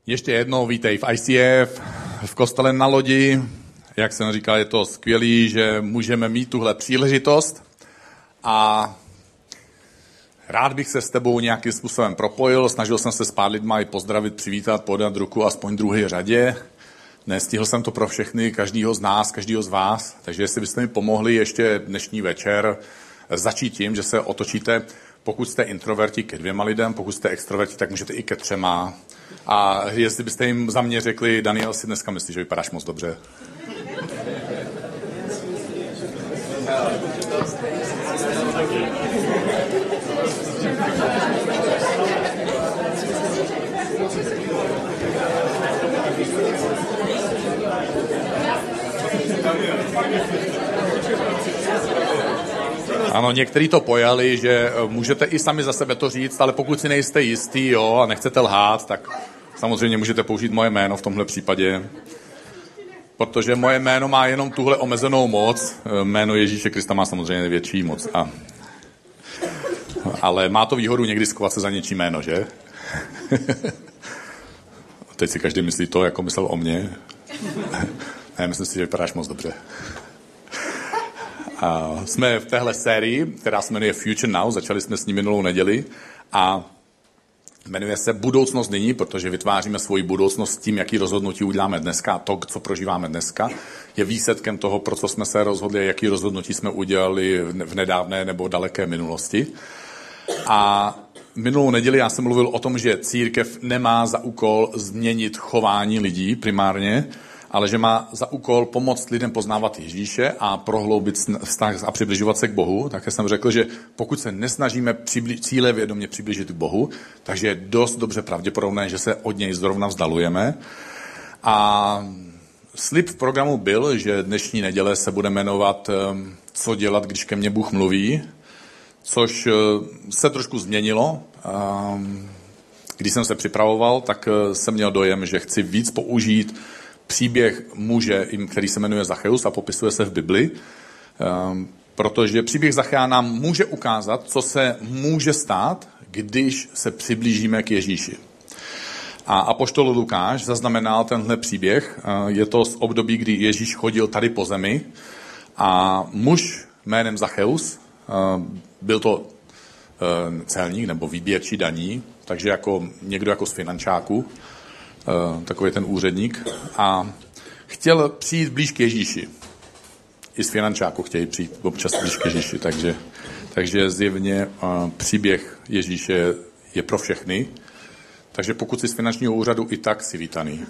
Ještě jednou vítej v ICF, v kostele na lodi. Jak jsem říkal, je to skvělý, že můžeme mít tuhle příležitost a rád bych se s tebou nějakým způsobem propojil. Snažil jsem se s pár lidma i pozdravit, přivítat, podat ruku aspoň druhé řadě. Nestihl jsem to pro všechny, každýho z nás, každýho z vás, takže jestli byste mi pomohli ještě dnešní večer začít tím, že se otočíte, pokud jste introverti, ke 2 lidem, pokud jste extroverti, tak můžete i ke 3. A jestli byste jim za mě řekli, Daniel, si dneska myslíš, že vypadáš moc dobře. Ano, někteří to pojali, že můžete i sami za sebe to říct, ale pokud si nejste jistý, a nechcete lhát, tak samozřejmě můžete použít moje jméno v tomhle případě. Protože moje jméno má jenom tuhle omezenou moc. Jméno Ježíše Krista má samozřejmě větší moc. Ale má to výhodu někdy skovat se za něčí jméno, že? Teď si každý myslí to, jako myslel o mně. Ne, myslím si, že vypadáš moc dobře. Jsme v téhle sérii, která se jmenuje Future Now, začali jsme s ní minulou neděli a jmenuje se Budoucnost nyní, protože vytváříme svoji budoucnost tím, jaký rozhodnutí uděláme dneska a to, co prožíváme dneska, je výsledkem toho, pro co jsme se rozhodli, jaký rozhodnutí jsme udělali v nedávné nebo daleké minulosti. A minulou neděli já jsem mluvil o tom, že církev nemá za úkol změnit chování lidí primárně, ale že má za úkol pomoct lidem poznávat Ježíše a prohloubit vztah a přibližovat se k Bohu. Také jsem řekl, že pokud se nesnažíme cílevědomě přiblížit k Bohu, takže je dost dobře pravděpodobné, že se od něj zrovna vzdalujeme. A slib v programu byl, že dnešní neděle se bude jmenovat Co dělat, když ke mně Bůh mluví, což se trošku změnilo. Když jsem se připravoval, tak jsem měl dojem, že chci víc použít příběh muže, který se jmenuje Zacheus a popisuje se v Bibli, protože příběh Zachea nám může ukázat, co se může stát, když se přiblížíme k Ježíši. A apoštol Lukáš zaznamenal tenhle příběh. Je to z období, kdy Ježíš chodil tady po zemi a muž jménem Zacheus, byl to celník nebo výběrčí daní, takže někdo jako z finančáku, takový ten úředník, a chtěl přijít blíž k Ježíši. I z finančáku chtějí přijít občas blíž k Ježíši, takže zjevně příběh Ježíše je pro všechny, takže pokud jsi z finančního úřadu, i tak jsi vítaný.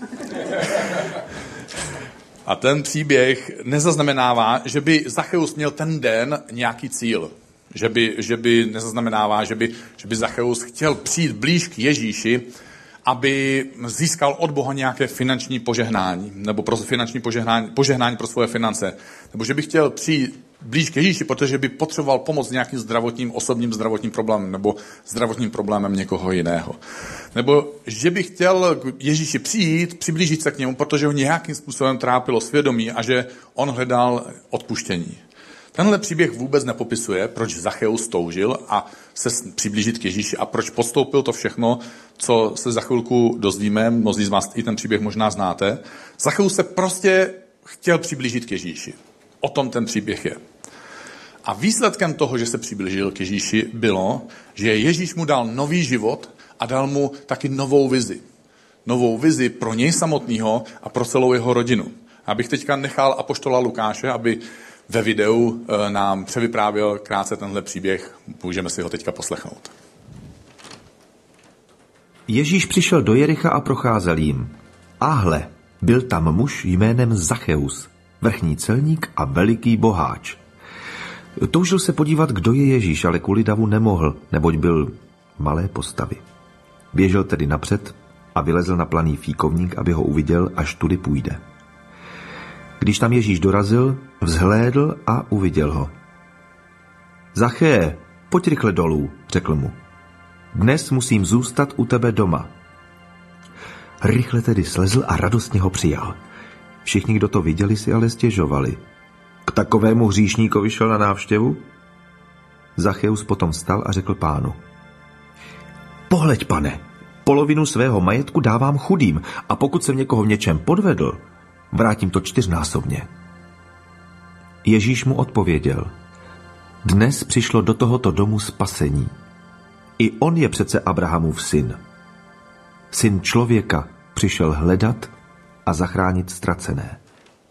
A ten příběh nezaznamenává, že by Zacheus měl ten den nějaký cíl. Že by nezaznamenává, že by Zacheus chtěl přijít blíž k Ježíši, aby získal od Boha nějaké finanční požehnání, nebo pro finanční požehnání pro svoje finance. Nebo že by chtěl přijít blíž k Ježíši, protože by potřeboval pomoct nějakým osobním zdravotním problémem, nebo zdravotním problémem někoho jiného. Nebo že by chtěl k Ježíši přijít, přiblížit se k němu, protože ho nějakým způsobem trápilo svědomí a že on hledal odpuštění. Tenhle příběh vůbec nepopisuje, proč Zacheus toužil a se přiblížit k Ježíši a proč podstoupil to všechno, co se za chvilku dozvíme. Mnozí z vás i ten příběh možná znáte. Zacheus se prostě chtěl přiblížit k Ježíši. O tom ten příběh je. A výsledkem toho, že se přiblížil k Ježíši, bylo, že Ježíš mu dal nový život a dal mu taky novou vizi. Novou vizi pro něj samotného a pro celou jeho rodinu. Abych teďka nechal apoštola Lukáše, aby ve videu nám převyprávěl krátce tenhle příběh. Můžeme si ho teďka poslechnout. Ježíš přišel do Jericha a procházel jím. A hle, byl tam muž jménem Zacheus, vrchní celník a veliký boháč. Toužil se podívat, kdo je Ježíš, ale kvůli davu nemohl, neboť byl malé postavy. Běžel tedy napřed a vylezl na planý fíkovník, aby ho uviděl, až tudy půjde. Když tam Ježíš dorazil, vzhlédl a uviděl ho. Zaché, pojď rychle dolů, řekl mu. Dnes musím zůstat u tebe doma. Rychle tedy slezl a radostně ho přijal. Všichni, kdo to viděli, si ale stěžovali. K takovému hříšníkovi šel na návštěvu? Zacheus potom vstal a řekl pánu. Pohleď, pane, Polovinu svého majetku dávám chudým a pokud jsem někoho v něčem podvedl, vrátím to 4násobně. Ježíš mu odpověděl: Dnes přišlo do tohoto domu spasení. I on je přece Abrahamův syn. Syn člověka přišel hledat a zachránit ztracené.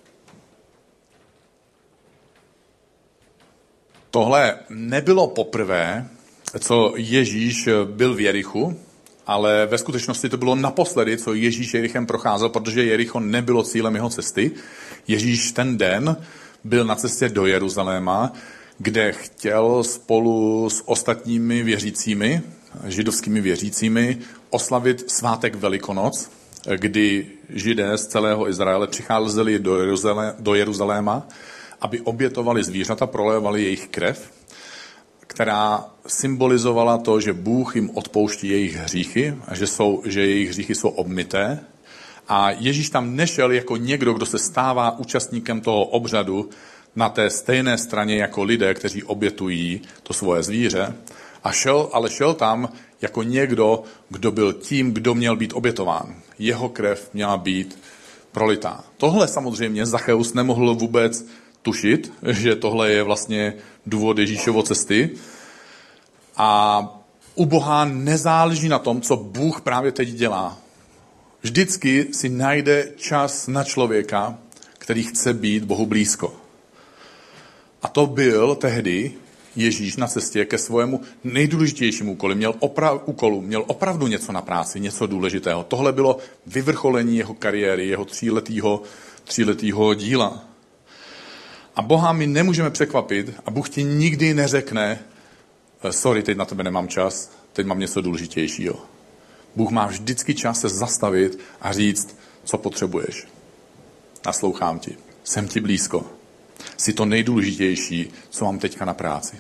Tohle nebylo poprvé, co Ježíš byl v Jerichu, ale ve skutečnosti to bylo naposledy, co Ježíš Jerichem procházel, protože Jericho nebylo cílem jeho cesty. Ježíš ten den byl na cestě do Jeruzaléma, kde chtěl spolu s ostatními věřícími, židovskými věřícími, oslavit svátek Velikonoc, kdy Židé z celého Izraele přicházeli do Jeruzaléma, aby obětovali zvířata, prolévali jejich krev, která symbolizovala to, že Bůh jim odpouští jejich hříchy a že jejich hříchy jsou obmyté. A Ježíš tam nešel jako někdo, kdo se stává účastníkem toho obřadu na té stejné straně jako lidé, kteří obětují to svoje zvíře, ale šel tam jako někdo, kdo byl tím, kdo měl být obětován. Jeho krev měla být prolitá. Tohle samozřejmě Zacheus nemohl vůbec tušit, že tohle je vlastně důvod Ježíšovo cesty. A u Boha nezáleží na tom, co Bůh právě teď dělá. Vždycky si najde čas na člověka, který chce být Bohu blízko. A to byl tehdy Ježíš na cestě ke svému nejdůležitějšímu úkolu. Měl opravdu něco na práci, něco důležitého. Tohle bylo vyvrcholení jeho kariéry, jeho tříletýho díla. A Boha my nemůžeme překvapit a Bůh ti nikdy neřekne: sorry, teď na tebe nemám čas, teď mám něco důležitějšího. Bůh má vždycky čas se zastavit a říct, co potřebuješ. Naslouchám ti, jsem ti blízko. Jsi to nejdůležitější, co mám teďka na práci.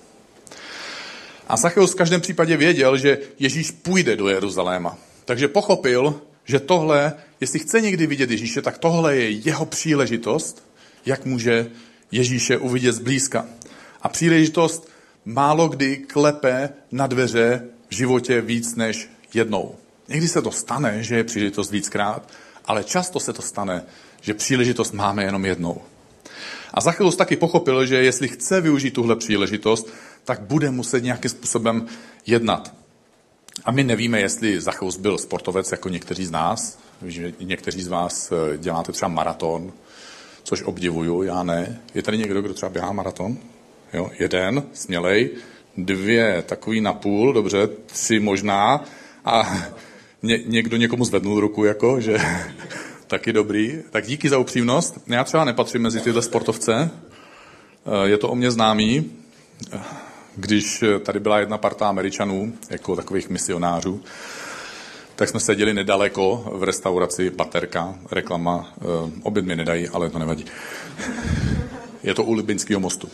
A Zacheus v každém případě věděl, že Ježíš půjde do Jeruzaléma. Takže pochopil, že tohle, jestli chce někdy vidět Ježíše, tak tohle je jeho příležitost, jak může Ježíše uvidět zblízka. A příležitost málo kdy klepe na dveře v životě víc než jednou. Někdy se to stane, že je příležitost víckrát, ale často se to stane, že příležitost máme jenom jednou. A Zacheus taky pochopil, že jestli chce využít tuhle příležitost, tak bude muset nějakým způsobem jednat. A my nevíme, jestli Zacheus byl sportovec jako někteří z nás. Někteří z vás děláte třeba maraton, což obdivuju, já ne. Je tady někdo, kdo třeba běhá maraton? Jo, 1, smělej, 2, takový na půl, dobře, 3 možná. A někdo někomu zvednul ruku, jako, že taky dobrý. Tak díky za upřímnost. Já třeba nepatřím mezi tyhle sportovce. Je to o mě známý. Když tady byla jedna parta Američanů, jako takových misionářů, tak jsme seděli nedaleko v restauraci Baterka, reklama, oběd mi nedají, ale to nevadí. Je to u Libinského mostu.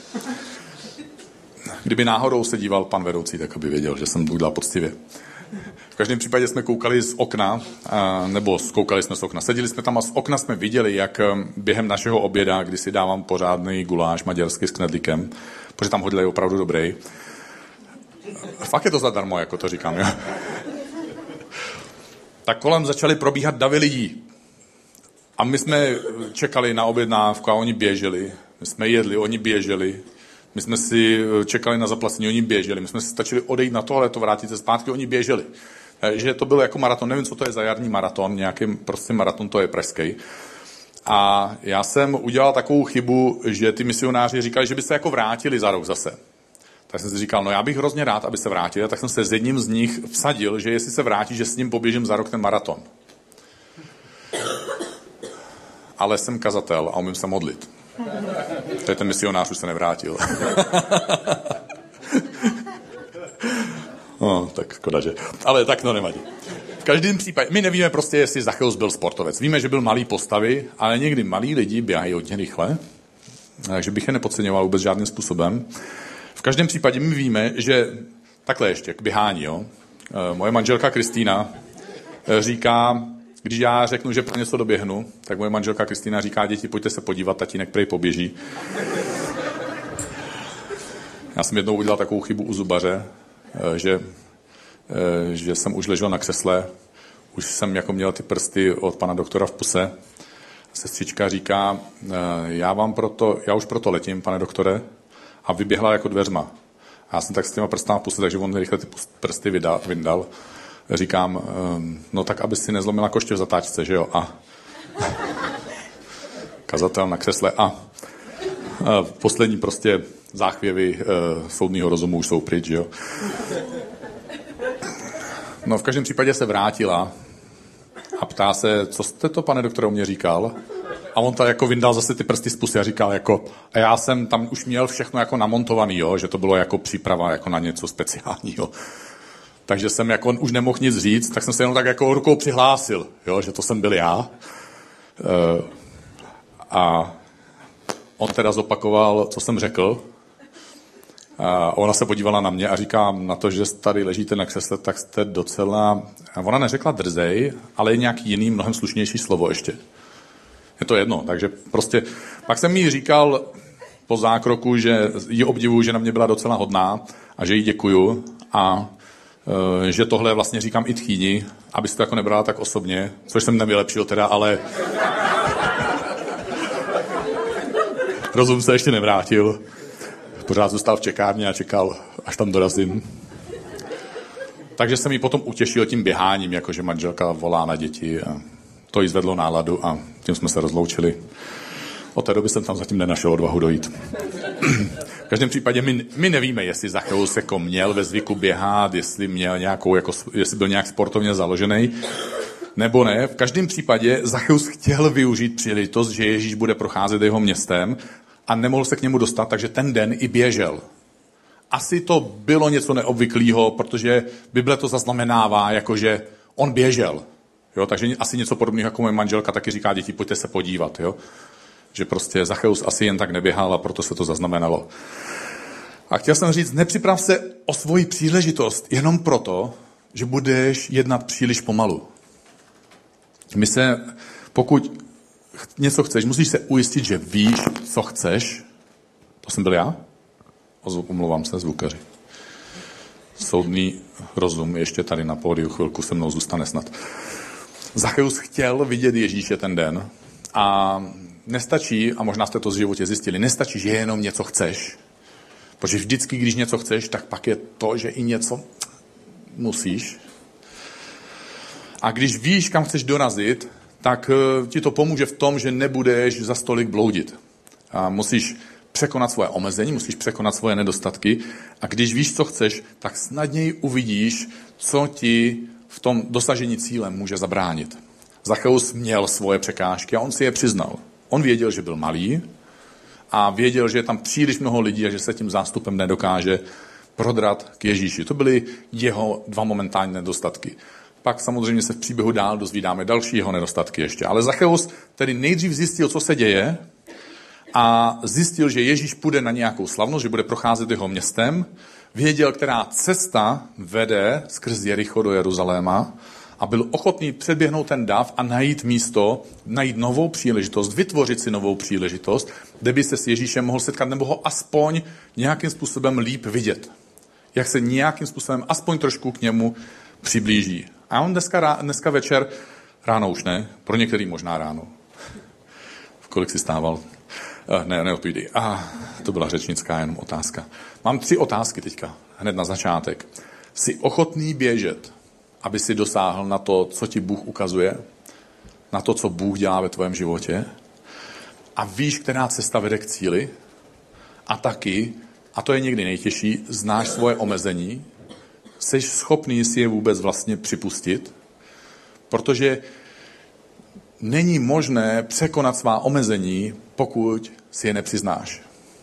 Kdyby náhodou se díval pan vedoucí, tak aby věděl, že jsem udělal poctivě. V každém případě jsme koukali z okna, nebo koukali jsme z okna. Seděli jsme tam a z okna jsme viděli, jak během našeho oběda, kdy si dávám pořádný guláš maďarský s knedlíkem, protože tam ho dělají opravdu dobrý. Fakt je to zadarmo, jako to říkám, jo. Tak kolem začaly probíhat davy lidí. A my jsme čekali na objednávku a oni běželi. My jsme jedli, oni běželi. My jsme si čekali na zaplacení, oni běželi. My jsme si stačili odejít na toaletu, vrátit se zpátky, oni běželi. Že to bylo jako maraton, nevím, co to je za jarní maraton, nějaký prostě maraton, to je pražský. A já jsem udělal takovou chybu, že ty misionáři říkali, že by se jako vrátili za rok zase. Tak jsem si říkal, no já bych hrozně rád, aby se vrátili, tak jsem se s jedním z nich vsadil, že jestli se vrátí, že s ním poběžím za rok ten maraton. Ale jsem kazatel a umím se modlit. Tady ten misionář už se nevrátil. No, tak škoda, že. Ale tak to nevadí. V každém případě, my nevíme prostě, jestli Zacheus byl sportovec. Víme, že byl malý postavy, ale někdy malí lidi běhají hodně rychle, takže bych je nepodceňoval vůbec žádným způsobem. V každém případě my víme, že takhle ještě k běhání, jo. Moje manželka Kristýna říká, když já řeknu, že pro něco doběhnu, tak moje manželka Kristýna říká, děti, pojďte se podívat, tatínek prej poběží. Já jsem jednou udělal takovou chybu u zubaře, že jsem už ležel na křesle, už jsem jako měl ty prsty od pana doktora v puse. Sestřička říká, já už proto letím, pane doktore, a vyběhla jako dveřma. Já jsem tak s těma prstama v puse, takže on rychle ty prsty vyndal. Říkám, no tak, aby si nezlomila koště v zatáčce, že jo? A kazatel na křesle a poslední prostě záchvěvy soudního rozumu už jsou pryč, že jo? No v každém případě se vrátila a ptá se, co jste to, pane doktore, o mě říkal? A on tak jako vyndal zase ty prsty z pusy a říkal jako, a já jsem tam už měl všechno jako namontovaný, jo? Že to bylo jako příprava jako na něco speciálního. Takže jsem jako už nemohl nic říct, tak jsem se jenom tak jako rukou přihlásil, jo? Že to jsem byl já. A on teda zopakoval, co jsem řekl. A ona se podívala na mě a říká, na to, že tady ležíte na křesle, tak jste docela... A ona neřekla drzej, ale je nějaký jiný, mnohem slušnější slovo ještě. Je to jedno, takže prostě... Pak jsem jí říkal po zákroku, že ji obdivuju, že na mě byla docela hodná a že jí děkuju a že tohle vlastně říkám i tchýni, aby si to jako nebrala tak osobně, což jsem nevylepšil teda, ale... Rozum se ještě nevrátil. Pořád zůstal v čekárně a čekal, až tam dorazím. Takže jsem ji potom utěšil tím běháním, jakože manželka volá na děti a to jí zvedlo náladu a tím jsme se rozloučili. Od té doby jsem tam zatím nenašel odvahu dojít. V každém případě my nevíme, jestli Zacheus jako měl ve zvyku běhat, jestli byl nějak sportovně založený, nebo ne. V každém případě Zacheus chtěl využít příležitost, že Ježíš bude procházet jeho městem a nemohl se k němu dostat, takže ten den i běžel. Asi to bylo něco neobvyklého, protože Bible to zaznamenává, jakože on běžel. Jo? Takže asi něco podobného, jako moje manželka taky říká, děti, pojďte se podívat. Jo? Že prostě Zacheus asi jen tak neběhal a proto se to zaznamenalo. A chtěl jsem říct, nepřiprav se o svoji příležitost jenom proto, že budeš jednat příliš pomalu. Pokud něco chceš, musíš se ujistit, že víš, co chceš. To jsem byl já? Omlouvám se, zvukaři. Soudný rozum ještě tady na pódiu chvilku se mnou zůstane snad. Zacheus chtěl vidět Ježíše ten den a nestačí, a možná jste to v životě zjistili, nestačí, že jenom něco chceš. Protože vždycky, když něco chceš, tak pak je to, že i něco musíš. A když víš, kam chceš dorazit, tak ti to pomůže v tom, že nebudeš za stolik bloudit. A musíš překonat svoje omezení, musíš překonat svoje nedostatky a když víš, co chceš, tak snadněji uvidíš, co ti v tom dosažení cíle může zabránit. Zacheus měl svoje překážky a on si je přiznal. On věděl, že byl malý a věděl, že je tam příliš mnoho lidí a že se tím zástupem nedokáže prodrat k Ježíši. To byly jeho dva momentální nedostatky. Pak samozřejmě se v příběhu dál dozvídáme další jeho nedostatky ještě. Ale Zacheus tedy nejdřív zjistil, co se děje a zjistil, že Ježíš půjde na nějakou slavnost, že bude procházet jeho městem. Věděl, která cesta vede skrz Jericho do Jeruzaléma a byl ochotný předběhnout ten dav a najít místo, najít novou příležitost, vytvořit si novou příležitost, kde by se s Ježíšem mohl setkat nebo ho aspoň nějakým způsobem líp vidět. Jak se nějakým způsobem aspoň trošku k němu přiblíží. A on dneska večer, ráno už ne, pro některý možná ráno. V kolik si stával? Neodpovídej. To byla řečnická jenom otázka. Mám 3 otázky teďka, hned na začátek. Jsi ochotný běžet, aby si dosáhl na to, co ti Bůh ukazuje, na to, co Bůh dělá ve tvém životě a víš, která cesta vede k cíli a taky, a to je někdy nejtěžší, znáš svoje omezení, jsi schopný si je vůbec vlastně připustit, protože není možné překonat svá omezení, pokud si je nepřiznáš.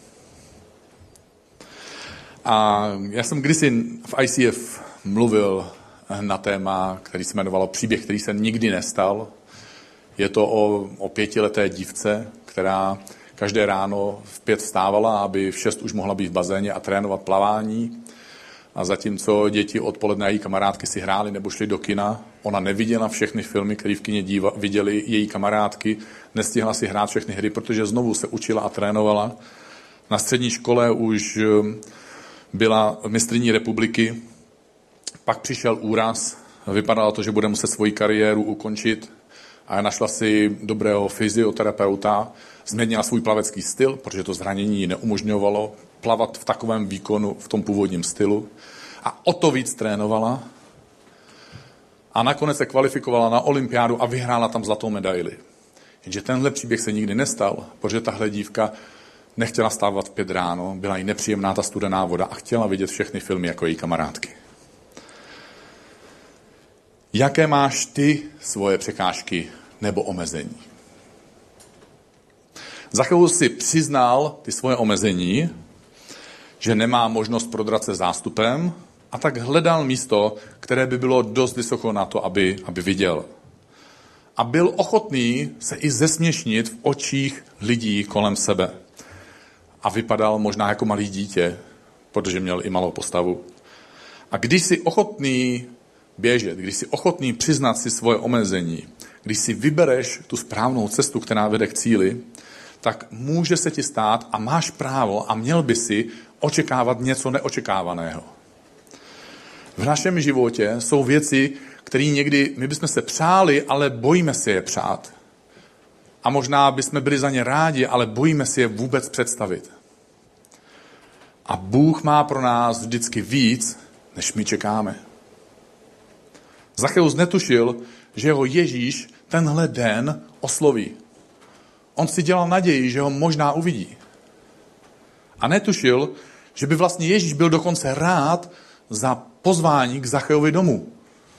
A já jsem kdysi v ICF mluvil na téma, který se jmenovalo Příběh, který se nikdy nestal. Je to o 5leté dívce, která každé ráno v 5 vstávala, aby v 6 už mohla být v bazéně a trénovat plavání. A zatímco děti odpoledne a její kamarádky si hrály nebo šly do kina, ona neviděla všechny filmy, které v kině viděly její kamarádky, nestihla si hrát všechny hry, protože znovu se učila a trénovala. Na střední škole už byla mistryní republiky, pak přišel úraz vypadalo to, že bude muset svoji kariéru ukončit a našla si dobrého fyzioterapeuta, změnila svůj plavecký styl, protože to zranění jí neumožňovalo plavat v takovém výkonu, v tom původním stylu. A o to víc trénovala. A nakonec se kvalifikovala na olympiádu a vyhrála tam zlatou medaili. Jenže tenhle příběh se nikdy nestal, protože tahle dívka nechtěla stávat v 5 ráno, byla jí nepříjemná ta studená voda a chtěla vidět všechny filmy jako její kamarádky. Jaké máš ty svoje překážky nebo omezení? Zacheus si přiznal ty svoje omezení, že nemá možnost prodrat se zástupem, a tak hledal místo, které by bylo dost vysoko na to, aby viděl. A byl ochotný se i zesměšnit v očích lidí kolem sebe. A vypadal možná jako malý dítě, protože měl i malou postavu. A když jsi ochotný běžet, když jsi ochotný přiznat si svoje omezení, když si vybereš tu správnou cestu, která vede k cíli, tak může se ti stát a máš právo a měl by si očekávat něco neočekávaného. V našem životě jsou věci, které někdy my bychom se přáli, ale bojíme se je přát. A možná bychom byli za ně rádi, ale bojíme si je vůbec představit. A Bůh má pro nás vždycky víc, než my čekáme. Zacheus netušil, že ho Ježíš tenhle den osloví. On si dělal naději, že ho možná uvidí. A netušil, že by vlastně Ježíš byl dokonce rád za pozvání k Zacheovi domů.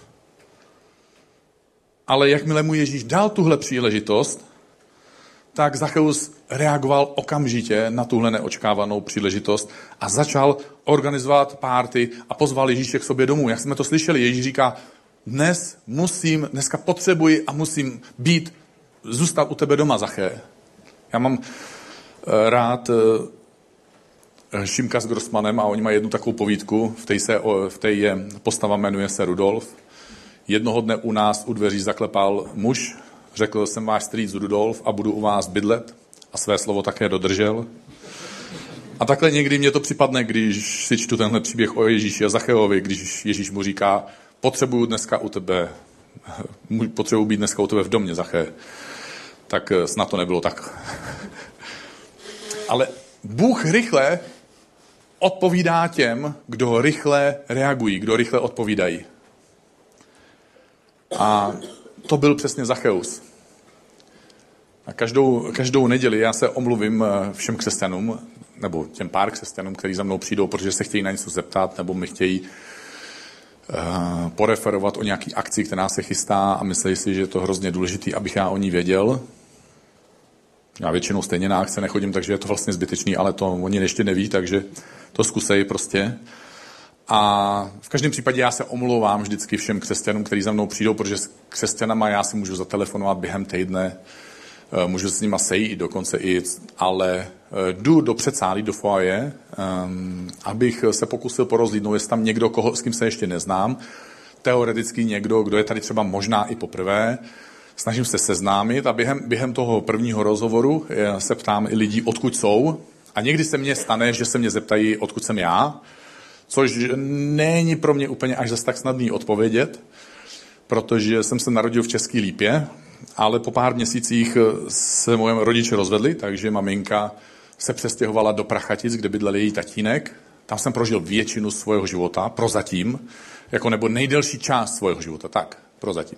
Ale jakmile mu Ježíš dal tuhle příležitost, tak Zacheus reagoval okamžitě na tuhle neočekávanou příležitost a začal organizovat párty a pozval Ježíše k sobě domů. Jak jsme to slyšeli, Ježíš říká, dneska potřebuji a musím zůstat u tebe doma, Zaché. Já mám rád Šimka s Grossmanem a oni mají jednu takovou povídku, v té je postava, jmenuje se Rudolf. Jednoho dne u nás u dveří zaklepal muž, řekl, jsem váš strýc Rudolf a budu u vás bydlet a své slovo také dodržel. A takhle někdy mě to připadne, když si čtu tenhle příběh o Ježíši a Zacheovi, když Ježíš mu říká, potřebuji být dneska u tebe v domě, Zaché. Tak snad to nebylo tak. Ale Bůh rychle odpovídá těm, kdo rychle reagují, kdo rychle odpovídají. A to byl přesně Zacheus. A každou neděli já se omluvím všem křesťanům, nebo těm pár křesťanům, kteří za mnou přijdou, protože se chtějí na něco zeptat, nebo mi chtějí poreferovat o nějaký akci, která se chystá a myslí si, že je to hrozně důležitý, abych já o ní věděl. Já většinou stejně na akce nechodím, takže je to vlastně zbytečný, ale to oni ještě neví, takže to zkusej prostě. A v každém případě já se omlouvám vždycky všem křesťanům, kteří za mnou přijdou, protože s křesťanama já si můžu zatelefonovat během týdne, můžu s nima sejít dokonce i, ale jdu do předsálí, do foaje, abych se pokusil porozlídnout, jestli tam někdo, s kým se ještě neznám, teoreticky někdo, kdo je tady třeba možná i poprvé, snažím se seznámit a během toho prvního rozhovoru se ptám i lidí, odkud jsou. A někdy se mně stane, že se mě zeptají, odkud jsem já, což není pro mě úplně až zas tak snadný odpovědět, protože jsem se narodil v České Lípě, ale po pár měsících se moje rodiče rozvedli, takže maminka se přestěhovala do Prachatic, kde bydlel její tatínek. Tam jsem prožil většinu svého života, prozatím, nebo nejdelší část svého života, tak, prozatím.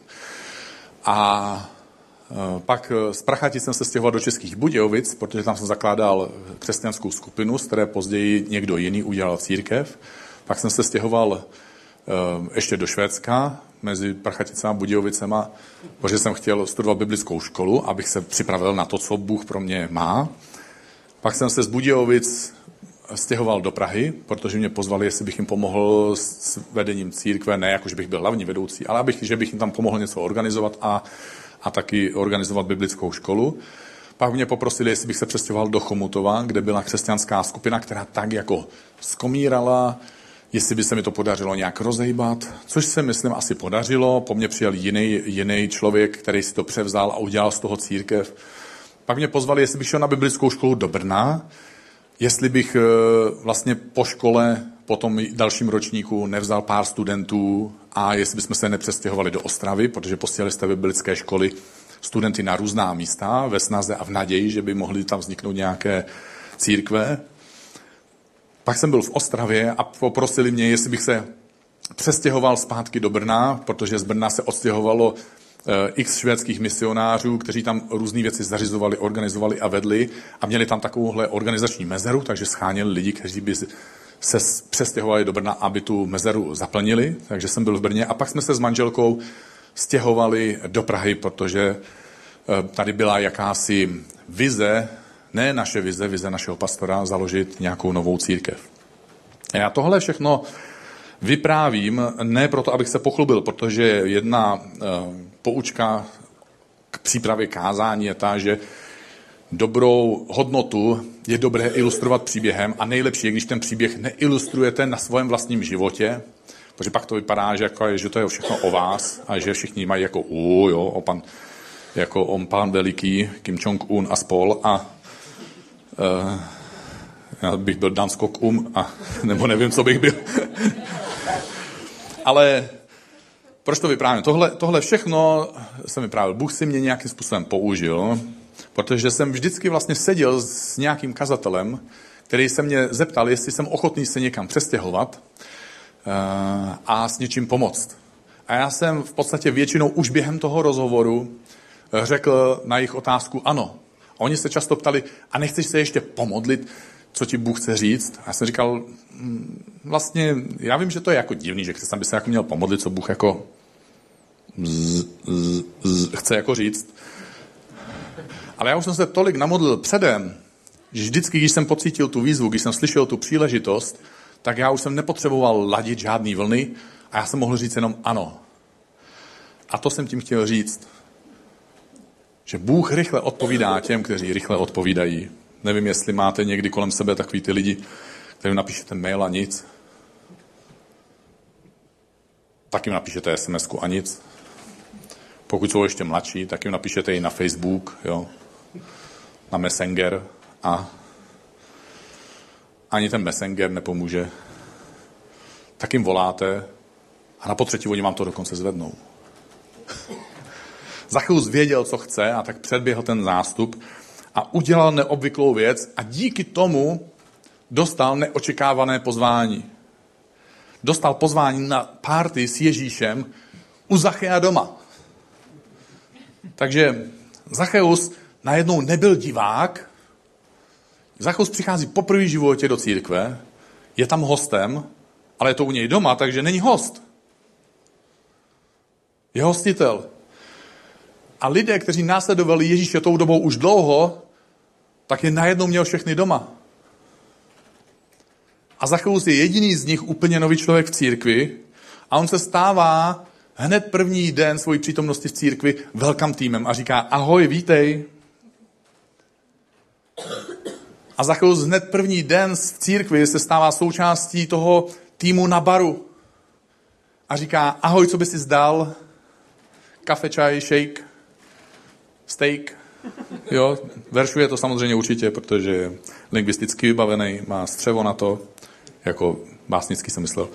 A pak z Prachatic jsem se stěhoval do Českých Budějovic, protože tam jsem zakládal křesťanskou skupinu, z které později někdo jiný udělal církev. Pak jsem se stěhoval ještě do Švédska, mezi Prachaticema a Budějovicema, protože jsem chtěl studovat biblickou školu, abych se připravil na to, co Bůh pro mě má. Pak jsem se z Budějovic stěhoval do Prahy, protože mě pozvali, jestli bych jim pomohl s vedením církve, ne jako, že bych byl hlavní vedoucí, ale že bych jim tam pomohl něco organizovat a taky organizovat biblickou školu. Pak mě poprosili, jestli bych se přestěhoval do Chomutova, kde byla křesťanská skupina, která tak jako skomírala, jestli by se mi to podařilo nějak rozejbat, což se, myslím, asi podařilo. Po mně přijel jiný člověk, který si to převzal a udělal z toho církev. Pak mě pozvali, jestli bych šel na biblickou školu do Brna, jestli bych vlastně po škole, po tom dalším ročníku nevzal pár studentů a jestli bychom se nepřestěhovali do Ostravy, protože posílali jste biblické školy studenty na různá místa ve snaze a v naději, že by mohly tam vzniknout nějaké církve. Pak jsem byl v Ostravě a poprosili mě, jestli bych se přestěhoval zpátky do Brna, protože z Brna se odstěhovalo x švédských misionářů, kteří tam různé věci zařizovali, organizovali a vedli a měli tam takovouhle organizační mezeru, takže scháněli lidi, kteří by se přestěhovali do Brna, aby tu mezeru zaplnili. Takže jsem byl v Brně a pak jsme se s manželkou stěhovali do Prahy, protože tady byla jakási vize, ne naše vize našeho pastora, založit nějakou novou církev. A já tohle všechno vyprávím ne proto, abych se pochlubil, protože jedna poučka k přípravě kázání je ta, že dobrou hodnotu je dobré ilustrovat příběhem a nejlepší je, když ten příběh neilustrujete na svém vlastním životě, protože pak to vypadá, že to je všechno o vás a že všichni mají jako on pán veliký, Kim Jong-un a spol a já bych byl Dan Skok nebo nevím, co bych byl. Ale proč to vyprávím? Tohle všechno jsem vyprávil. Bůh si mě nějakým způsobem použil, protože jsem vždycky vlastně seděl s nějakým kazatelem, který se mě zeptal, jestli jsem ochotný se někam přestěhovat a s něčím pomoct. A já jsem v podstatě většinou už během toho rozhovoru řekl na jejich otázku ano. A oni se často ptali, a nechceš se ještě pomodlit, co ti Bůh chce říct? A já jsem říkal, vlastně, já vím, že to je jako divný, že křesťan by se jako měl pomodlit, co Bůh jako chce jako říct. Ale já už jsem se tolik namodlil předem, že vždycky, když jsem pocítil tu výzvu, když jsem slyšel tu příležitost, tak já už jsem nepotřeboval ladit žádný vlny a já jsem mohl říct jenom ano. A to jsem tím chtěl říct, že Bůh rychle odpovídá těm, kteří rychle odpovídají. Nevím, jestli máte někdy kolem sebe takový ty lidi, kterým napíšete mail a nic. Tak jim napíšete SMS-ku a nic. Pokud jsou ještě mladší, tak jim napíšete i na Facebook, jo, na Messenger a ani ten Messenger nepomůže. Tak jim voláte a na potřetí oni vám to dokonce zvednou. Zacheus věděl, co chce a tak předběhl ten zástup a udělal neobvyklou věc a díky tomu dostal neočekávané pozvání. Dostal pozvání na party s Ježíšem u Zachea doma. Takže Zacheus najednou nebyl divák. Zacheus přichází poprvé v životě do církve, je tam hostem, ale je to u něj doma, takže není host. Je hostitel. A lidé, kteří následovali Ježíše tou dobou už dlouho, tak je najednou měl všechny doma. A Zacheus je jediný z nich úplně nový člověk v církvi a on se stává hned první den svojí přítomnosti v církvi welcome týmem a říká ahoj, vítej. A Zacheus hned první den v církvi se stává součástí toho týmu na baru a říká ahoj, co by si zdal? Kafe, čaj, shake, steak. Jo, veršuje to samozřejmě určitě, protože je lingvisticky vybavený, má střevo na to, jako básnicky jsem myslel.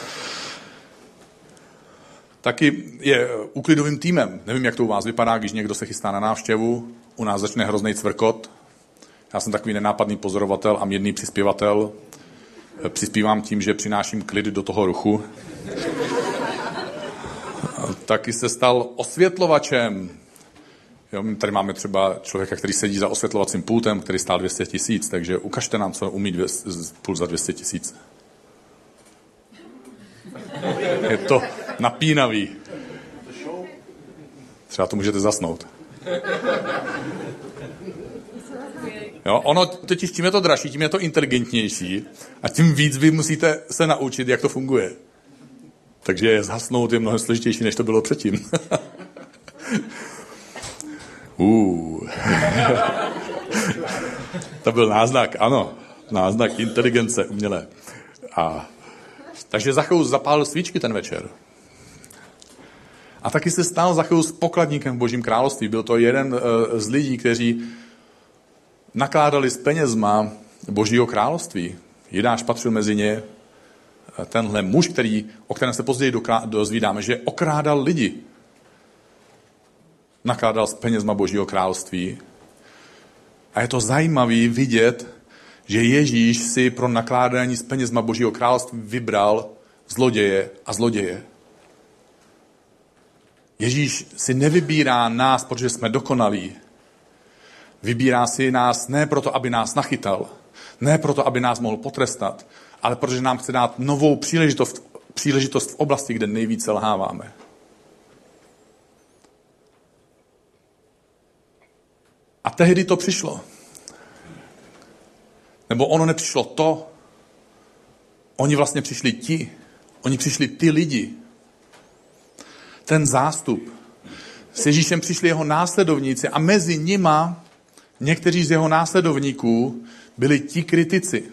Taky je úklidovým týmem. Nevím, jak to u vás vypadá, když někdo se chystá na návštěvu, u nás začne hrozný cvrkot. Já jsem takový nenápadný pozorovatel a mírný přispěvatel. Přispívám tím, že přináším klid do toho ruchu. Taky se stal osvětlovačem. Jo, tady máme třeba člověka, který sedí za osvětlovacím pultem, který stál 200 000, takže ukažte nám, co umí pult za 200 000. Je to napínavý. Třeba to můžete zasnout. Jo, ono totiž tím je to dražší, tím je to inteligentnější a tím víc vy musíte se naučit, jak to funguje. Takže zhasnout je mnohem složitější, než to bylo předtím. To byl náznak, ano. Náznak inteligence umělé. Takže Zacheus zapálil svíčky ten večer. A taky se stal Zacheus pokladníkem v Božím království. Byl to jeden z lidí, kteří nakládali s penězma Božího království. Jidáš patřil mezi ně, tenhle muž, o kterém se později dozvídáme, že okrádal lidi. Nakládal s penězma Božího království. A je to zajímavé vidět, že Ježíš si pro nakládání s penězma Božího království vybral zloděje a zloděje. Ježíš si nevybírá nás, protože jsme dokonalí. Vybírá si nás ne proto, aby nás nachytal, ne proto, aby nás mohl potrestat, ale protože nám chce dát novou příležitost v oblasti, kde nejvíce lháváme. A tehdy to přišlo. Nebo ono nepřišlo to. Oni vlastně přišli ti. Oni přišli ty lidi. Ten zástup. S Ježíšem přišli jeho následovníci a mezi nima někteří z jeho následovníků byli ti kritici.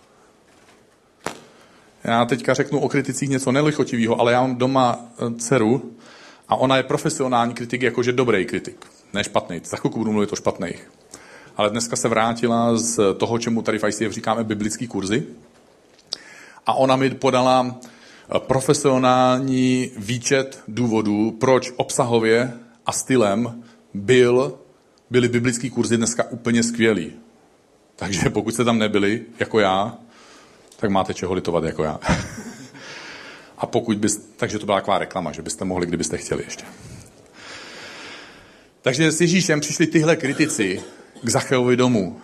Já teďka řeknu o kriticích něco nelichotivého, ale já mám doma dceru a ona je profesionální kritik, jakože dobrý kritik. Ne špatný. Za chvilku budu mluvit o špatných. Ale dneska se vrátila z toho, čemu tady v ICF říkáme biblický kurzy. A ona mi podala profesionální výčet důvodů, proč obsahově a stylem byly biblický kurzy dneska úplně skvělý. Takže pokud jste tam nebyli, jako já, tak máte čeho litovat jako já. A takže to byla taková reklama, že byste mohli, kdybyste chtěli ještě. Takže s Ježíšem přišli tyhle kritici k Zacheovi domu.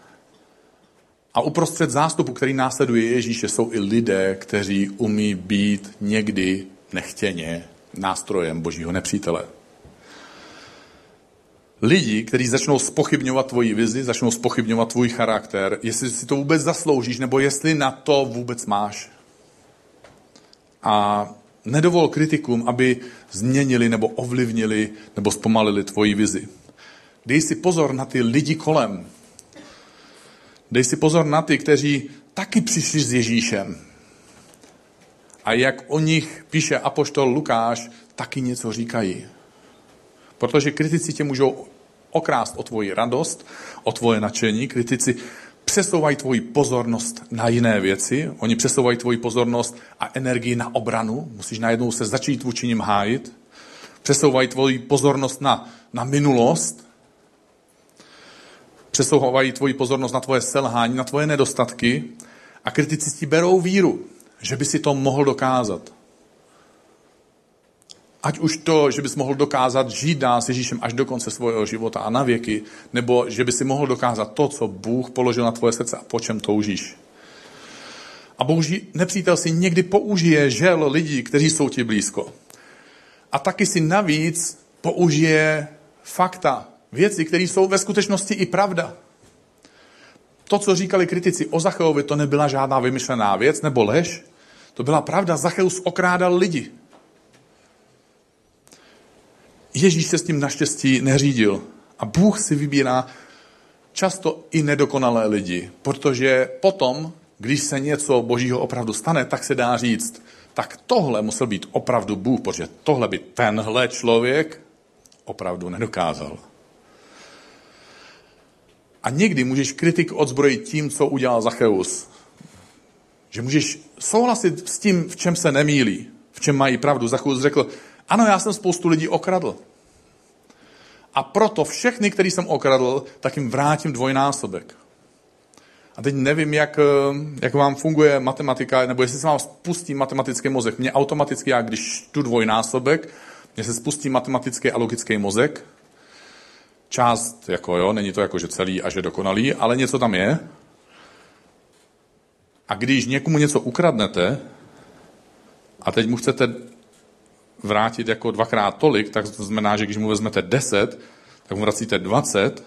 A uprostřed zástupu, který následuje Ježíše, jsou i lidé, kteří umí být někdy nechtěně nástrojem Božího nepřítele. Lidi, kteří začnou zpochybňovat tvoji vizi, začnou zpochybňovat tvůj charakter, jestli si to vůbec zasloužíš, nebo jestli na to vůbec máš. A nedovol kritikům, aby změnili nebo ovlivnili nebo zpomalili tvoji vizi. Dej si pozor na ty lidi kolem. Dej si pozor na ty, kteří taky přišli s Ježíšem. A jak o nich píše apoštol Lukáš, taky něco říkají. Protože kritici tě můžou okrást o tvoji radost, o tvoje nadšení. Kritici přesouvají tvoji pozornost na jiné věci. Oni přesouvají tvoji pozornost a energii na obranu. Musíš najednou se začít vůči nim hájit. Přesouvají tvoji pozornost na minulost. Přesouvají tvoji pozornost na tvoje selhání, na tvoje nedostatky. A kritici ti berou víru, že by si to mohl dokázat. Ať už to, že bys mohl dokázat žít dál s Ježíšem až do konce svého života a na věky, nebo že by si mohl dokázat to, co Bůh položil na tvoje srdce a po čem toužíš. A boží nepřítel si někdy použije žel lidí, kteří jsou ti blízko. A taky si navíc použije fakta, věci, které jsou ve skutečnosti i pravda. To, co říkali kritici o Zacheovi, to nebyla žádná vymyšlená věc nebo lež. To byla pravda. Zacheus okrádal lidi. Ježíš se s tím naštěstí neřídil. A Bůh si vybírá často i nedokonalé lidi, protože potom, když se něco Božího opravdu stane, tak se dá říct, tak tohle musel být opravdu Bůh, protože tohle by tenhle člověk opravdu nedokázal. A někdy můžeš kritik odzbrojit tím, co udělal Zacheus. Že můžeš souhlasit s tím, v čem se nemýlí, v čem mají pravdu. Zacheus řekl, ano, já jsem spoustu lidí okradl. A proto všechny, který jsem okradl, tak jim vrátím dvojnásobek. A teď nevím, jak vám funguje matematika, nebo jestli se vám spustí matematický mozek. Mně automaticky, já když čtu dvojnásobek, mně se spustí matematický a logický mozek. Část, není to jako, že celý a že dokonalý, ale něco tam je. A když někomu něco ukradnete a teď mu chcete vrátit jako dvakrát tolik, tak to znamená, že když mu vezmete 10, tak mu vracíte 20.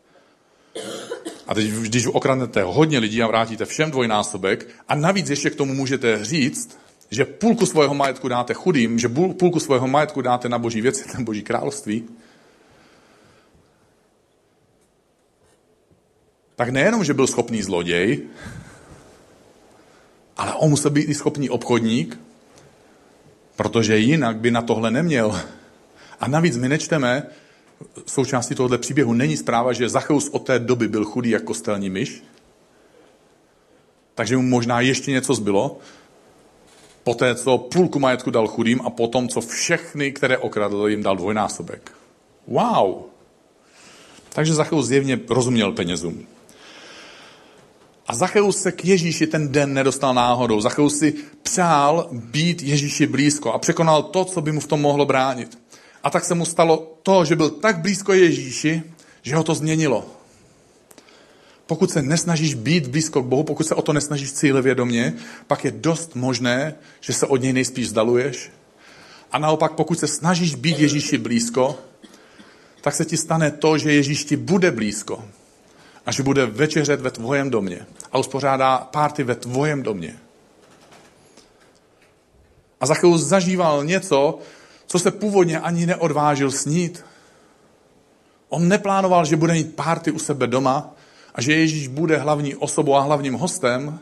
A teď, když okradnete hodně lidí a vrátíte všem dvojnásobek a navíc ještě k tomu můžete říct, že půlku svého majetku dáte chudým, že půlku svého majetku dáte na boží věci, na boží království, tak nejenom, že byl schopný zloděj, ale on musel být i schopný obchodník, protože jinak by na tohle neměl. A navíc my nečteme, součástí tohoto příběhu není zpráva, že Zacheus od té doby byl chudý jak kostelní myš, takže mu možná ještě něco zbylo, Poté, co půlku majetku dal chudým a potom, co všechny, které okradl, jim dal dvojnásobek. Wow! Takže Zacheus zjevně rozuměl penězům. A Zacheus se k Ježíši ten den nedostal náhodou. Zacheus si přál být Ježíši blízko a překonal to, co by mu v tom mohlo bránit. A tak se mu stalo to, že byl tak blízko Ježíši, že ho to změnilo. Pokud se nesnažíš být blízko k Bohu, pokud se o to nesnažíš cílevědomě, pak je dost možné, že se od něj nejspíš vzdaluješ. A naopak, pokud se snažíš být Ježíši blízko, tak se ti stane to, že Ježíš ti bude blízko a že bude večeřet ve tvojem domě a uspořádá párty ve tvojem domě. A Zacheus zažíval něco, co se původně ani neodvážil snít. On neplánoval, že bude mít párty u sebe doma a že Ježíš bude hlavní osobou a hlavním hostem.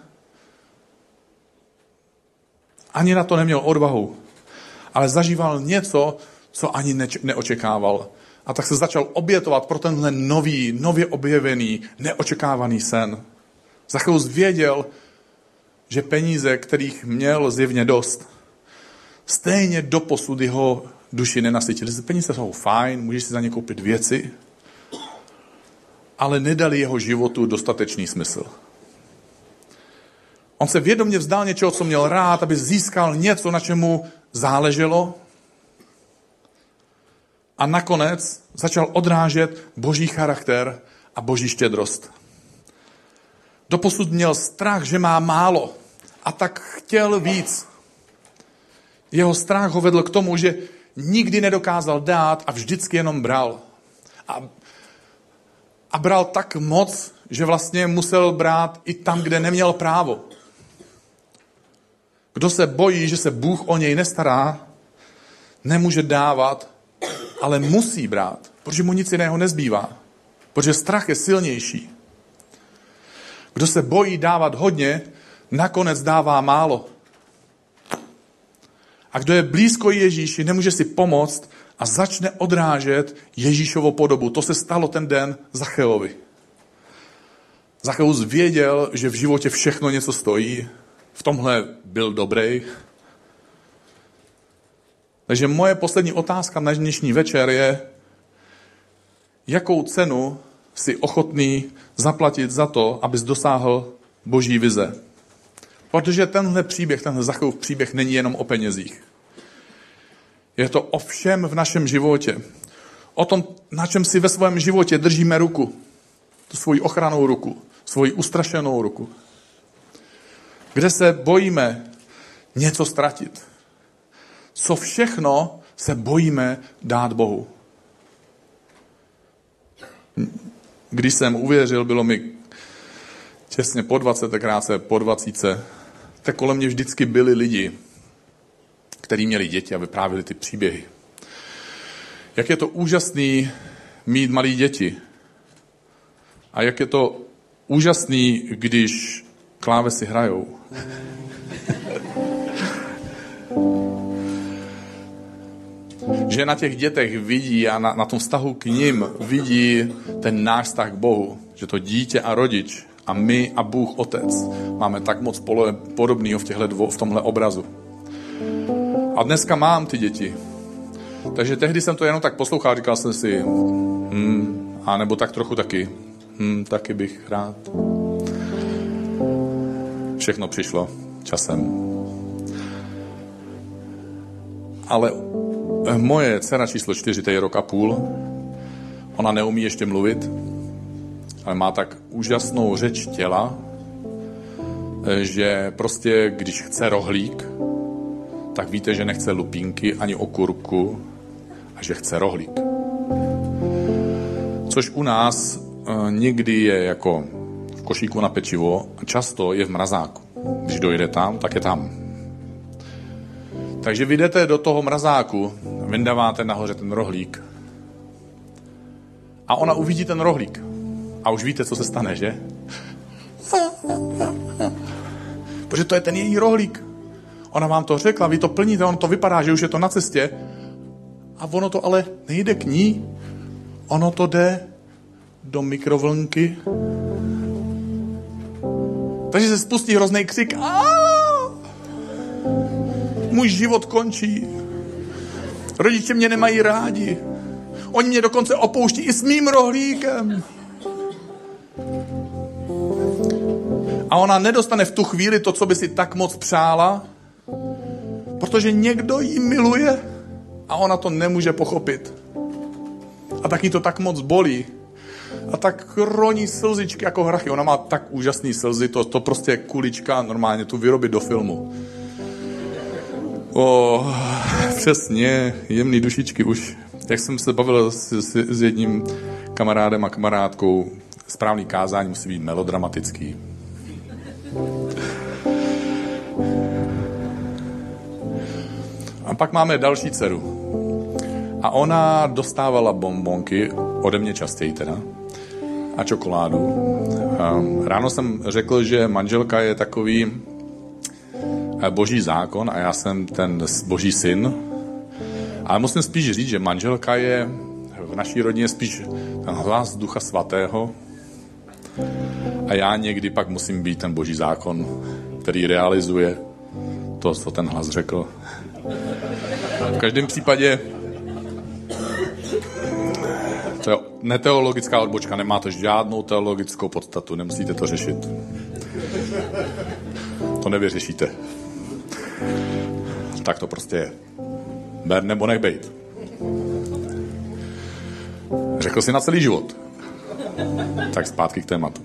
Ani na to neměl odvahu, ale zažíval něco, co ani neočekával. A tak se začal obětovat pro tenhle nově objevený, neočekávaný sen. Zacheus věděl, že peníze, kterých měl zjevně dost, stejně doposud jeho duši nenasytili. Peníze jsou fajn, můžeš si za ně koupit věci, ale nedali jeho životu dostatečný smysl. On se vědomě vzdal něčeho, co měl rád, aby získal něco, na čemu záleželo, a nakonec začal odrážet boží charakter a boží štědrost. Doposud měl strach, že má málo a tak chtěl víc. Jeho strach ho vedl k tomu, že nikdy nedokázal dát a vždycky jenom bral. A bral tak moc, že vlastně musel brát i tam, kde neměl právo. Kdo se bojí, že se Bůh o něj nestará, nemůže dávat, ale musí brát, protože mu nic jiného nezbývá. Protože strach je silnější. Kdo se bojí dávat hodně, nakonec dává málo. A kdo je blízko Ježíši, nemůže si pomoct a začne odrážet Ježíšovu podobu. To se stalo ten den Zacheovi. Zacheus věděl, že v životě všechno něco stojí. V tomhle byl dobrý. Takže moje poslední otázka na dnešní večer je, jakou cenu jsi ochotný zaplatit za to, abys dosáhl boží vize. Protože tenhle Zacheův příběh není jenom o penězích. Je to o všem v našem životě. O tom, na čem si ve svém životě držíme ruku. Tu svoji ochrannou ruku, svoji ustrašenou ruku. Kde se bojíme něco ztratit. Co všechno se bojíme dát Bohu. Když jsem uvěřil, bylo mi těsně po 20, krátce po 20, tak kolem mě vždycky byli lidi, kteří měli děti a vyprávěli ty příběhy. Jak je to úžasný mít malé děti. A jak je to úžasný, když klávesy hrajou. Že na těch dětech vidí a na tom vztahu k nim vidí ten náš vztah k Bohu. Že to dítě a rodič a my a Bůh Otec máme tak moc podobného v tomhle obrazu. A dneska mám ty děti. Takže tehdy jsem to jenom tak poslouchal, říkal jsem si, a nebo tak trochu taky. Taky bych rád. Všechno přišlo časem. Ale moje dcera číslo 4, to je 1,5 roku. Ona neumí ještě mluvit, ale má tak úžasnou řeč těla, že prostě, když chce rohlík, tak víte, že nechce lupínky ani okurku a že chce rohlík. Což u nás někdy je jako v košíku na pečivo a často je v mrazáku. Když dojde tam, tak je tam. Takže vy jdete do toho mrazáku, vyndáváte nahoře ten rohlík a ona uvidí ten rohlík. A už víte, co se stane, že? Protože to je ten její rohlík. Ona vám to řekla, vy to plníte, ono to vypadá, že už je to na cestě. A ono to ale nejde k ní. Ono to jde do mikrovlnky. Takže se spustí hrozný křik. Můj život končí. Rodiče mě nemají rádi. Oni mě dokonce opouští i s mým rohlíkem. A ona nedostane v tu chvíli to, co by si tak moc přála, protože někdo ji miluje a ona to nemůže pochopit. A taky to tak moc bolí. A tak roní slzičky jako hrachy. Ona má tak úžasný slzy, to prostě je kulička normálně tu vyrobit do filmu. Přesně, jemný dušičky už. Jak jsem se bavil s jedním kamarádem a kamarádkou, správný kázání musí být melodramatický. A pak máme další dceru. A ona dostávala bonbonky, ode mě častěji teda, a čokoládu. Ráno jsem řekl, že manželka je takový boží zákon a já jsem ten boží syn. Ale musím spíš říct, že manželka je v naší rodině spíš ten hlas Ducha Svatého a já někdy pak musím být ten boží zákon, který realizuje to, co ten hlas řekl. V každém případě to je neteologická odbočka, nemá to žádnou teologickou podstatu, nemusíte to řešit. To nevyřešíte. Tak to prostě je. Ber nebo nech bejt. Řekl si na celý život. Tak zpátky k tématu.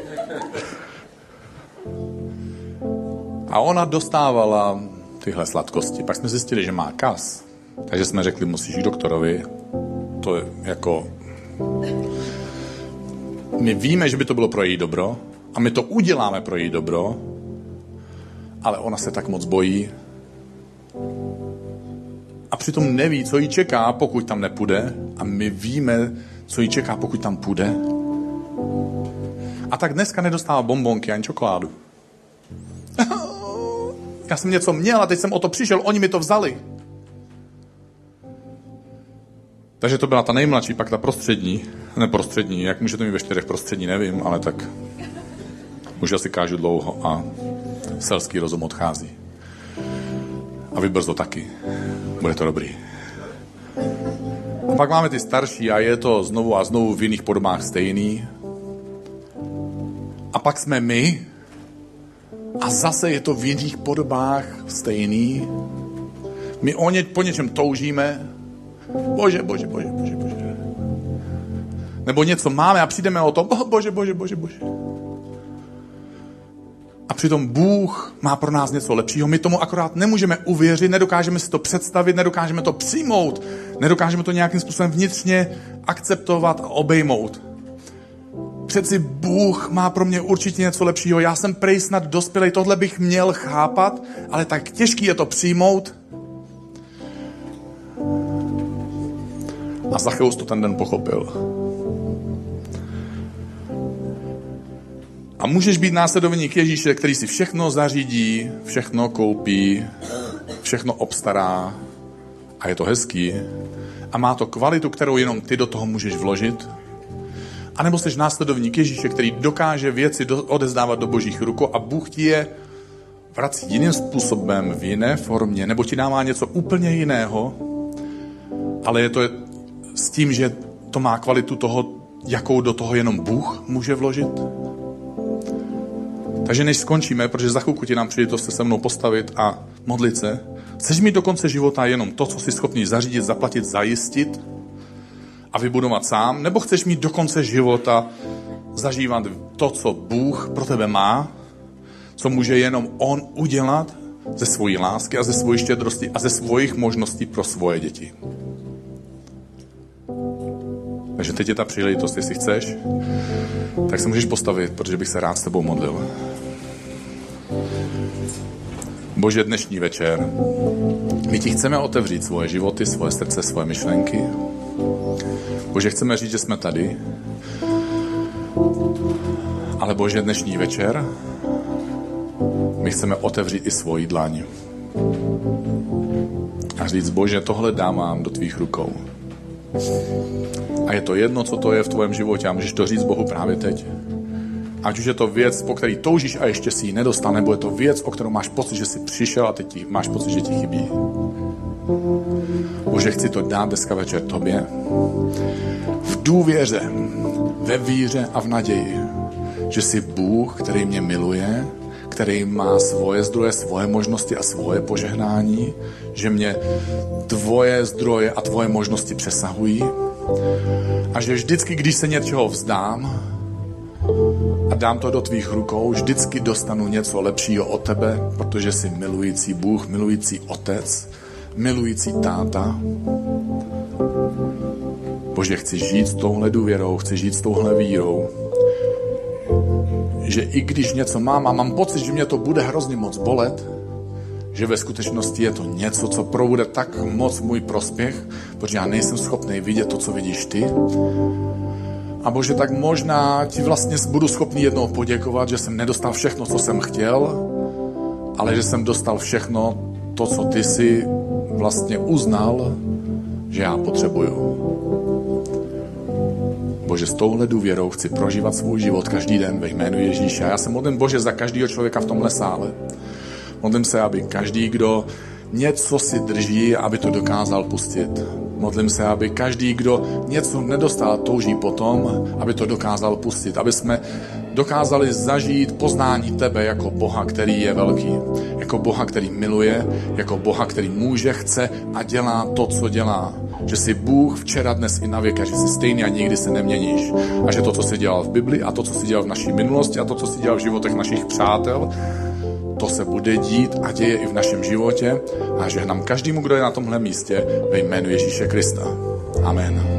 A ona dostávala tyhle sladkosti. Pak jsme zjistili, že má kas. Takže jsme řekli, musíš k doktorovi. To je jako... My víme, že by to bylo pro její dobro a my to uděláme pro její dobro, ale ona se tak moc bojí a přitom neví, co jí čeká, pokud tam nepůjde, a my víme, co jí čeká, pokud tam půjde. A tak dneska nedostává bonbonky ani čokoládu. Já jsem něco měl a teď jsem o to přišel, oni mi to vzali. Takže to byla ta nejmladší, pak ta prostřední. Ne prostřední, jak může to mít ve 4 prostřední, nevím, ale tak už asi kážu dlouho a selský rozum odchází. A vy brzo taky. Bude to dobrý. A pak máme ty starší a je to znovu a znovu v jiných podobách stejný. A pak jsme my a zase je to v jiných podobách stejný. My po něčem toužíme. Bože. Nebo něco máme a přijdeme o tom. Bože. A přitom Bůh má pro nás něco lepšího. My tomu akorát nemůžeme uvěřit, nedokážeme si to představit, nedokážeme to přijmout, nedokážeme to nějakým způsobem vnitřně akceptovat a obejmout. Přeci Bůh má pro mě určitě něco lepšího. Já jsem prej snad dospělej, tohle bych měl chápat, ale tak těžký je to přijmout. A Zacheus to ten den pochopil. A můžeš být následovník Ježíše, který si všechno zařídí, všechno koupí, všechno obstará a je to hezký a má to kvalitu, kterou jenom ty do toho můžeš vložit. A nebo jsi následovník Ježíše, který dokáže věci odezdávat do božích rukou a Bůh ti je vrací jiným způsobem, v jiné formě, nebo ti dává něco úplně jiného, ale je to s tím, že to má kvalitu toho, jakou do toho jenom Bůh může vložit. Takže než skončíme, protože za chvilku ti nám přijde to se se mnou postavit a modlit se, chceš mít do konce života jenom to, co jsi schopný zařídit, zaplatit, zajistit a vybudovat sám, nebo chceš mít do konce života zažívat to, co Bůh pro tebe má, co může jenom On udělat ze svojí lásky a ze svojí štědrosti a ze svojich možností pro svoje děti. Takže teď je ta příležitost, jestli chceš, tak se můžeš postavit, protože bych se rád s tebou modlil. Bože, dnešní večer, my ti chceme otevřít svoje životy, svoje srdce, svoje myšlenky. Bože, chceme říct, že jsme tady, ale Bože, dnešní večer, my chceme otevřít i svoji dlaň. A říct, Bože, tohle dávám do tvých rukou. A je to jedno, co to je v tvém životě a můžeš to říct Bohu právě teď. Ať už je to věc, po který toužíš a ještě si ji nedostal, nebo je to věc, o kterou máš pocit, že jsi přišel a teď máš pocit, že ti chybí. Bože, chci to dát dneska večer tobě. V důvěře, ve víře a v naději, že jsi Bůh, který mě miluje, který má svoje zdroje, svoje možnosti a svoje požehnání, že mě tvoje zdroje a tvoje možnosti přesahují a že vždycky, když se něčeho vzdám a dám to do tvých rukou, vždycky dostanu něco lepšího od tebe, protože jsi milující Bůh, milující Otec, milující táta. Bože, chci žít s touhle důvěrou, chci žít s touhle vírou, že i když něco mám a mám pocit, že mě to bude hrozně moc bolet, že ve skutečnosti je to něco, co probude tak moc můj prospěch, protože já nejsem schopný vidět to, co vidíš ty. A Bože, tak možná ti vlastně budu schopný jednou poděkovat, že jsem nedostal všechno, co jsem chtěl, ale že jsem dostal všechno to, co ty si vlastně uznal, že já potřebuju. Bože, s touhle důvěrou chci prožívat svůj život každý den ve jménu Ježíše. A já se modlím, Bože, za každého člověka v tomhle sále. Modlím se, aby každý, kdo něco si drží, aby to dokázal pustit. Modlím se, aby každý, kdo něco nedostal, touží potom, aby to dokázal pustit. Aby jsme dokázali zažít poznání tebe jako Boha, který je velký. Jako Boha, který miluje, jako Boha, který může, chce a dělá to, co dělá. Že jsi Bůh včera, dnes i na věky, že jsi stejný a nikdy se neměníš. A že to, co jsi dělal v Bibli a to, co jsi dělal v naší minulosti a to, co jsi dělal v životech našich přátel, to se bude dít a děje i v našem životě a žehnám každému, kdo je na tomhle místě ve jménu Ježíše Krista. Amen.